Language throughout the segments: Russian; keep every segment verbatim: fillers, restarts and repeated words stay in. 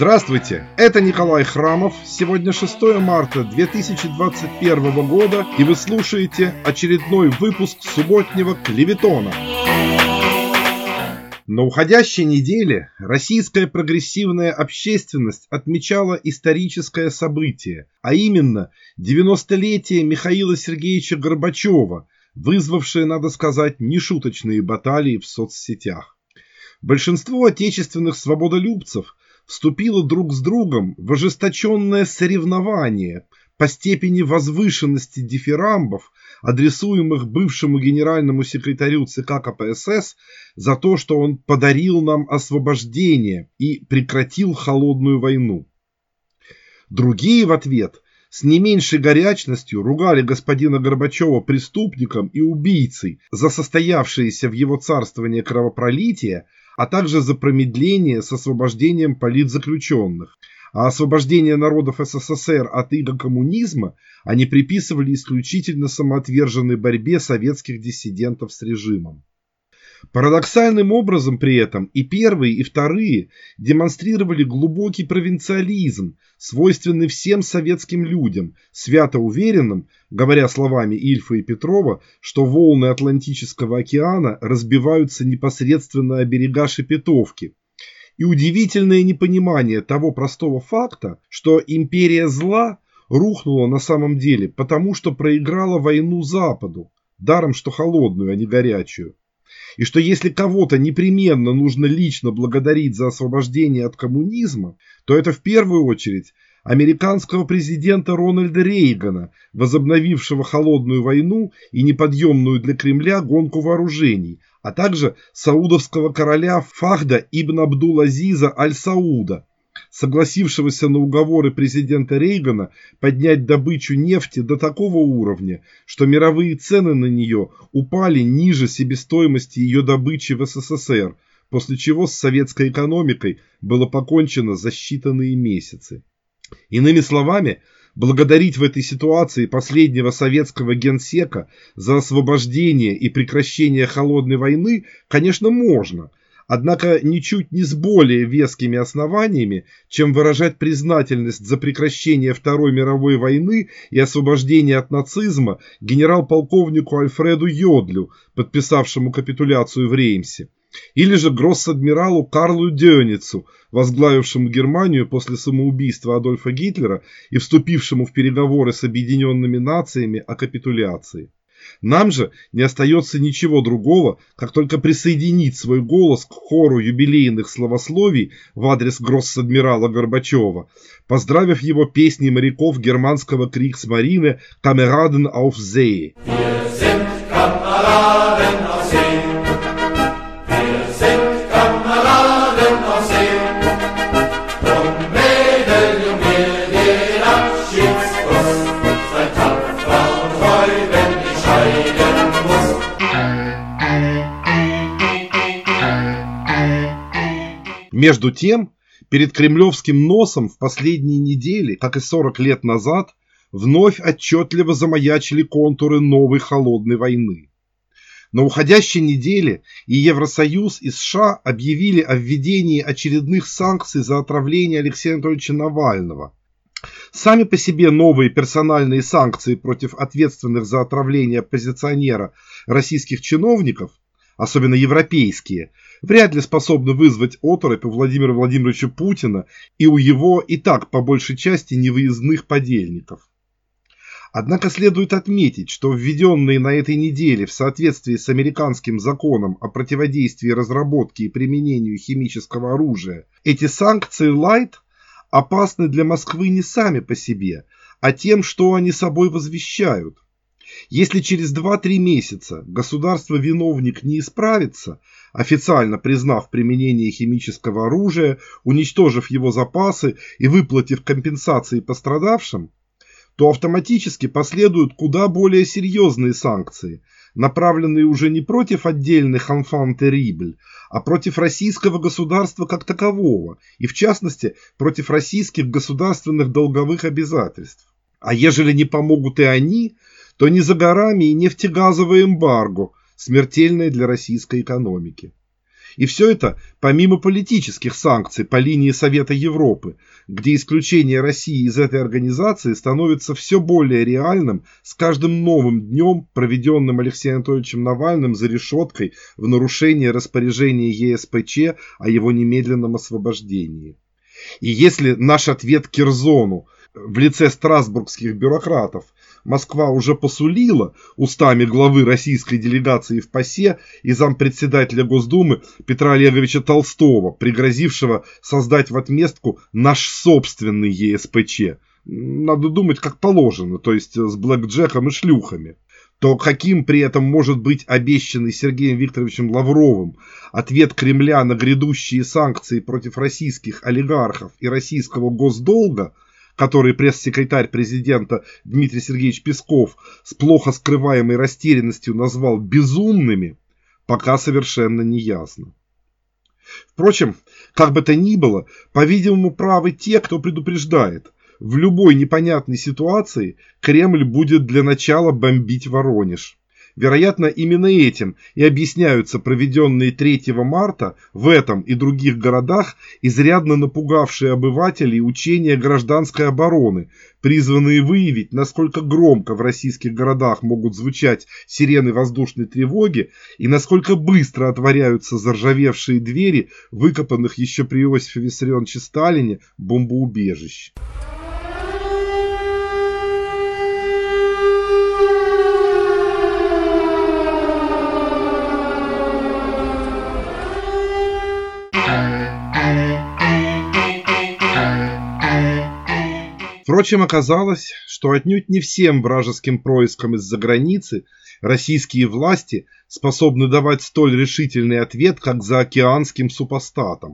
Здравствуйте, это Николай Храмов. Сегодня шестое марта две тысячи двадцать первого года, и вы слушаете очередной выпуск субботнего клеветона. На уходящей неделе российская прогрессивная общественность отмечала историческое событие, а именно девяностолетие Михаила Сергеевича Горбачева, вызвавшее, надо сказать, нешуточные баталии в соцсетях. Большинство отечественных свободолюбцев вступило друг с другом в ожесточенное соревнование по степени возвышенности дифирамбов, адресуемых бывшему генеральному секретарю ЦК КПСС за то, что он подарил нам освобождение и прекратил холодную войну. Другие в ответ с не меньшей горячностью ругали господина Горбачева преступником и убийцей за состоявшееся в его царствовании кровопролитие, а также за промедление с освобождением политзаключенных. А освобождение народов СССР от иго коммунизма они приписывали исключительно самоотверженной борьбе советских диссидентов с режимом. Парадоксальным образом при этом и первые, и вторые демонстрировали глубокий провинциализм, свойственный всем советским людям, свято уверенным, говоря словами Ильфа и Петрова, что волны Атлантического океана разбиваются непосредственно о берега Шепетовки. И удивительное непонимание того простого факта, что империя зла рухнула на самом деле потому, что проиграла войну Западу, даром что холодную, а не горячую. И что если кого-то непременно нужно лично благодарить за освобождение от коммунизма, то это в первую очередь американского президента Рональда Рейгана, возобновившего холодную войну и неподъемную для Кремля гонку вооружений, а также саудовского короля Фахда ибн Абдул-Азиза аль-Сауда, согласившегося на уговоры президента Рейгана поднять добычу нефти до такого уровня, что мировые цены на нее упали ниже себестоимости ее добычи в СССР, после чего с советской экономикой было покончено за считанные месяцы. Иными словами, благодарить в этой ситуации последнего советского генсека за освобождение и прекращение холодной войны, конечно, можно, однако ничуть не с более вескими основаниями, чем выражать признательность за прекращение Второй мировой войны и освобождение от нацизма генерал-полковнику Альфреду Йодлю, подписавшему капитуляцию в Реймсе, или же гросс-адмиралу Карлу Дёницу, возглавившему Германию после самоубийства Адольфа Гитлера и вступившему в переговоры с Объединенными Нациями о капитуляции. Нам же не остается ничего другого, как только присоединить свой голос к хору юбилейных словословий в адрес гросс-адмирала Горбачева, поздравив его песней моряков германского Кригсмарине «Камераден auf See». Между тем, перед кремлевским носом в последние недели, как и сорок лет назад, вновь отчетливо замаячили контуры новой холодной войны. На уходящей неделе и Евросоюз, и США объявили о введении очередных санкций за отравление Алексея Анатольевича Навального. Сами по себе новые персональные санкции против ответственных за отравление оппозиционера российских чиновников, особенно европейские, вряд ли способны вызвать оторопь у Владимира Владимировича Путина и у его и так по большей части невыездных подельников. Однако следует отметить, что введенные на этой неделе в соответствии с американским законом о противодействии разработке и применению химического оружия, эти санкции лайт опасны для Москвы не сами по себе, а тем, что они собой возвещают. Если через два-три месяца государство-виновник не исправится, официально признав применение химического оружия, уничтожив его запасы и выплатив компенсации пострадавшим, то автоматически последуют куда более серьезные санкции, направленные уже не против отдельных enfants terribles, а против российского государства как такового, и в частности против российских государственных долговых обязательств. А ежели не помогут и они, то не за горами и нефтегазовое эмбарго, смертельное для российской экономики. И все это помимо политических санкций по линии Совета Европы, где исключение России из этой организации становится все более реальным с каждым новым днем, проведенным Алексеем Анатольевичем Навальным за решеткой в нарушение распоряжения Е С П Ч о его немедленном освобождении. И если наш ответ Кирзону в лице страсбургских бюрократов Москва уже посулила устами главы российской делегации в ПАСЕ и зампредседателя Госдумы Петра Олеговича Толстого, пригрозившего создать в отместку наш собственный Е С П Ч. Надо думать как положено, то есть с блэкджеком и шлюхами. То каким при этом может быть обещанный Сергеем Викторовичем Лавровым ответ Кремля на грядущие санкции против российских олигархов и российского госдолга, который пресс-секретарь президента Дмитрий Сергеевич Песков с плохо скрываемой растерянностью назвал безумными, пока совершенно не ясно. Впрочем, как бы то ни было, по-видимому, правы те, кто предупреждает: в любой непонятной ситуации Кремль будет для начала бомбить Воронеж. Вероятно, именно этим и объясняются проведенные третьего марта в этом и других городах изрядно напугавшие обывателей учения гражданской обороны, призванные выявить, насколько громко в российских городах могут звучать сирены воздушной тревоги и насколько быстро отворяются заржавевшие двери выкопанных еще при Иосифе Виссарионовиче Сталине бомбоубежищ. Впрочем, оказалось, что отнюдь не всем вражеским проискам из-за границы российские власти способны давать столь решительный ответ, как заокеанским супостатам.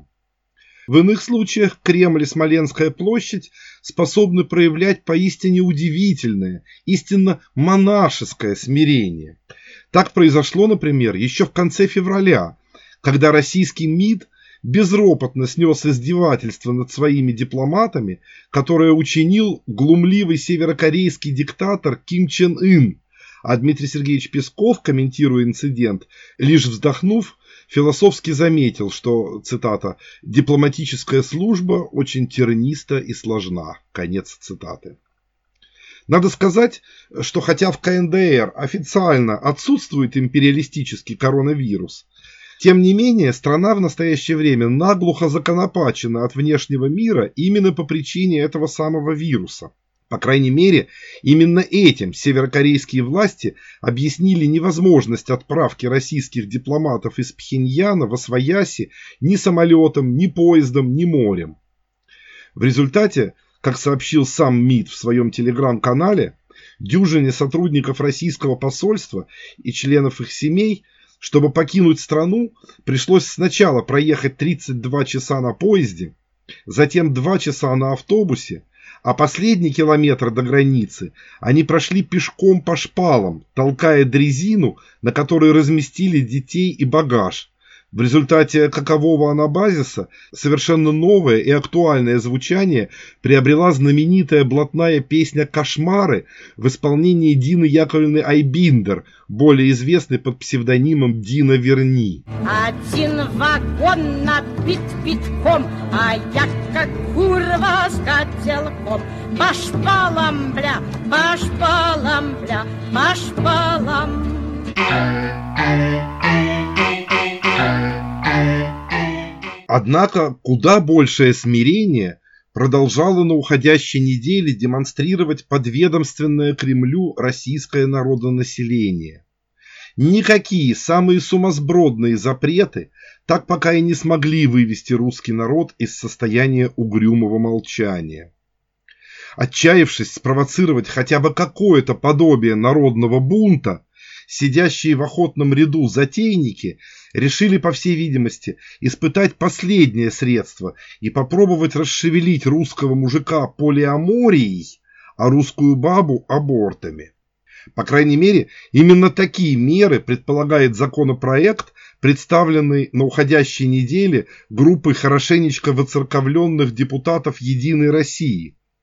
В иных случаях Кремль и Смоленская площадь способны проявлять поистине удивительное, истинно монашеское смирение. Так произошло, например, еще в конце февраля, когда российский МИД безропотно снес издевательство над своими дипломатами, которое учинил глумливый северокорейский диктатор Ким Чен Ын, а Дмитрий Сергеевич Песков, комментируя инцидент, лишь вздохнув, философски заметил, что, цитата, «дипломатическая служба очень терниста и сложна», конец цитаты. Надо сказать, что хотя в К Н Д Р официально отсутствует империалистический коронавирус, тем не менее, страна в настоящее время наглухо законопачена от внешнего мира именно по причине этого самого вируса. По крайней мере, именно этим северокорейские власти объяснили невозможность отправки российских дипломатов из Пхеньяна восвояси ни самолетом, ни поездом, ни морем. В результате, как сообщил сам МИД в своем телеграм-канале, дюжине сотрудников российского посольства и членов их семей, чтобы покинуть страну, пришлось сначала проехать тридцать два часа на поезде, затем два часа на автобусе, а последний километр до границы они прошли пешком по шпалам, толкая дрезину, на которой разместили детей и багаж. В результате какового анабазиса совершенно новое и актуальное звучание приобрела знаменитая блатная песня «Кошмары» в исполнении Дины Яковлевны Айбиндер, более известной под псевдонимом Дина Верни. Один вагон набит битком, а я как курва с котелком. По шпалам, бля, по шпалам, бля, по шпалам. Однако куда большее смирение продолжало на уходящей неделе демонстрировать подведомственное Кремлю российское народонаселение. Никакие самые сумасбродные запреты так пока и не смогли вывести русский народ из состояния угрюмого молчания. Отчаявшись спровоцировать хотя бы какое-то подобие народного бунта, сидящие в охотном ряду затейники решили, по всей видимости, испытать последнее средство и попробовать расшевелить русского мужика полиаморией, а русскую бабу абортами. По крайней мере, именно такие меры предполагает законопроект, представленный на уходящей неделе группой хорошенечко воцерковленных депутатов «Единой России».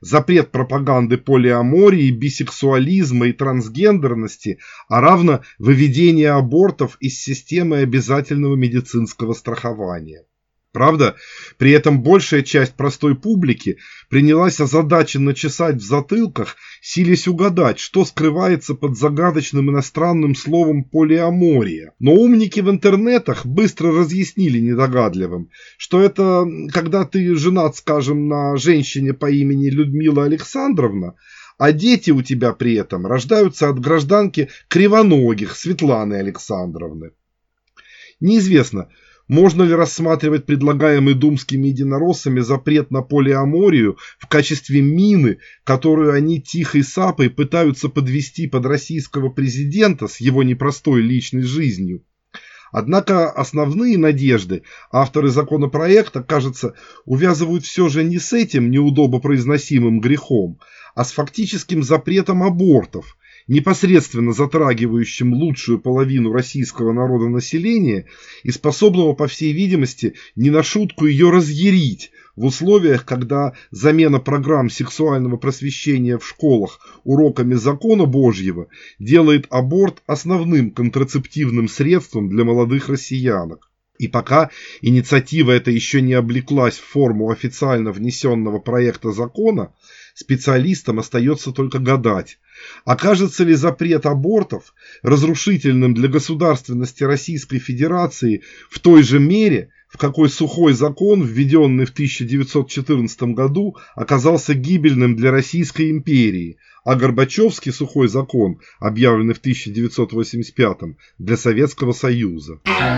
запрет пропаганды полиамории, бисексуализма и трансгендерности, а равно выведение абортов из системы обязательного медицинского страхования. Правда, при этом большая часть простой публики принялась озадаченно чесать в затылках, силясь угадать, что скрывается под загадочным иностранным словом полиамория. Но умники в интернетах быстро разъяснили недогадливым, что это когда ты женат, скажем, на женщине по имени Людмила Александровна, а дети у тебя при этом рождаются от гражданки Кривоногих Светланы Александровны. Неизвестно, можно ли рассматривать предлагаемый думскими единороссами запрет на полиаморию в качестве мины, которую они тихой сапой пытаются подвести под российского президента с его непростой личной жизнью. Однако основные надежды авторы законопроекта, кажется, увязывают все же не с этим неудобопроизносимым грехом, а с фактическим запретом абортов, непосредственно затрагивающим лучшую половину российского народонаселения и способного, по всей видимости, не на шутку ее разъярить в условиях, когда замена программ сексуального просвещения в школах уроками закона Божьего делает аборт основным контрацептивным средством для молодых россиянок. И пока инициатива эта еще не облеклась в форму официально внесенного проекта закона, специалистам остается только гадать, окажется ли запрет абортов разрушительным для государственности Российской Федерации в той же мере, в какой сухой закон, введенный в тысяча девятьсот четырнадцатом году, оказался гибельным для Российской империи, а Горбачевский сухой закон, объявленный в тысяча девятьсот восемьдесят пятом, для Советского Союза.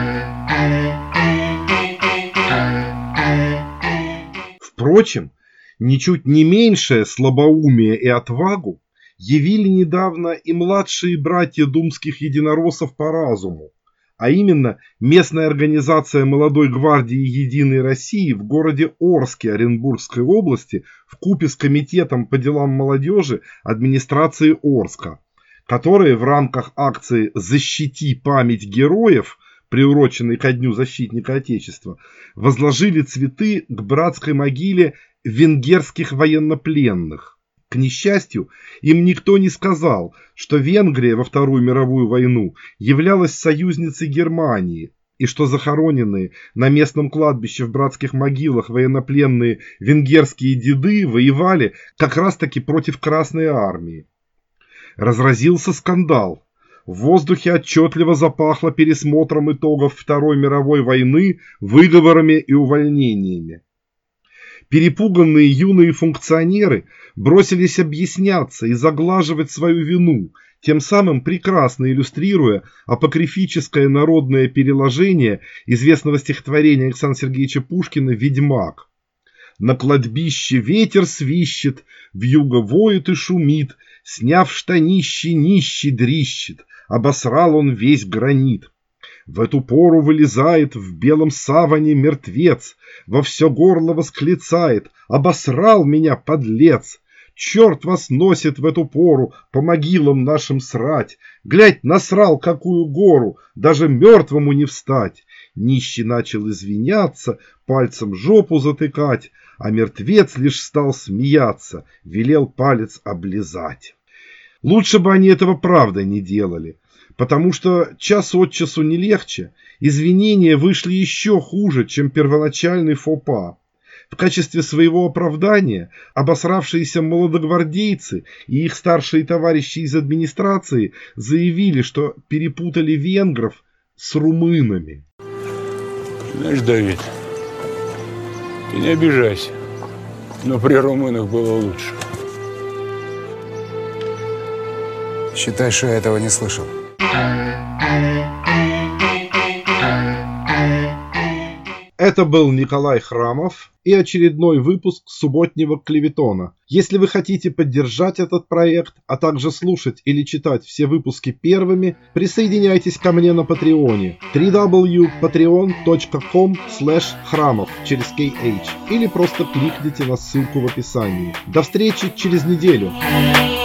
Впрочем, ничуть не меньшее слабоумие и отвагу явили недавно и младшие братья думских единороссов по разуму, а именно местная организация молодой гвардии Единой России в городе Орске Оренбургской области вкупе с комитетом по делам молодежи администрации Орска, которые в рамках акции «Защити память героев», приуроченной ко Дню защитника Отечества, возложили цветы к братской могиле венгерских военнопленных. К несчастью, им никто не сказал, что Венгрия во Вторую мировую войну являлась союзницей Германии, и что захороненные на местном кладбище в братских могилах военнопленные венгерские деды воевали как раз-таки против Красной армии. Разразился скандал. В воздухе отчетливо запахло пересмотром итогов Второй мировой войны, выговорами и увольнениями. Перепуганные юные функционеры бросились объясняться и заглаживать свою вину, тем самым прекрасно иллюстрируя апокрифическое народное переложение известного стихотворения Александра Сергеевича Пушкина «Ведьмак». На кладбище ветер свищет, вьюга воет и шумит, сняв штанищи, нищий дрищет, обосрал он весь гранит. В эту пору вылезает в белом саване мертвец, во все горло восклицает: «Обосрал меня, подлец! Черт вас носит в эту пору по могилам нашим срать! Глядь, насрал какую гору, даже мертвому не встать!» Нищий начал извиняться, пальцем жопу затыкать, а мертвец лишь стал смеяться, велел палец облизать. Лучше бы они этого правда не делали, потому что час от часу не легче, извинения вышли еще хуже, чем первоначальный фопа. В качестве своего оправдания обосравшиеся молодогвардейцы и их старшие товарищи из администрации заявили, что перепутали венгров с румынами. Знаешь, Давид, ты не обижайся, но при румынах было лучше. Считай, что я этого не слышал. Это был Николай Храмов и очередной выпуск субботнего клеветона. Если вы хотите поддержать этот проект, а также слушать или читать все выпуски первыми, присоединяйтесь ко мне на Патреоне дабл ю дабл ю дабл ю точка патреон точка ком слэш храмов через кей эйч или просто кликните на ссылку в описании. До встречи через неделю!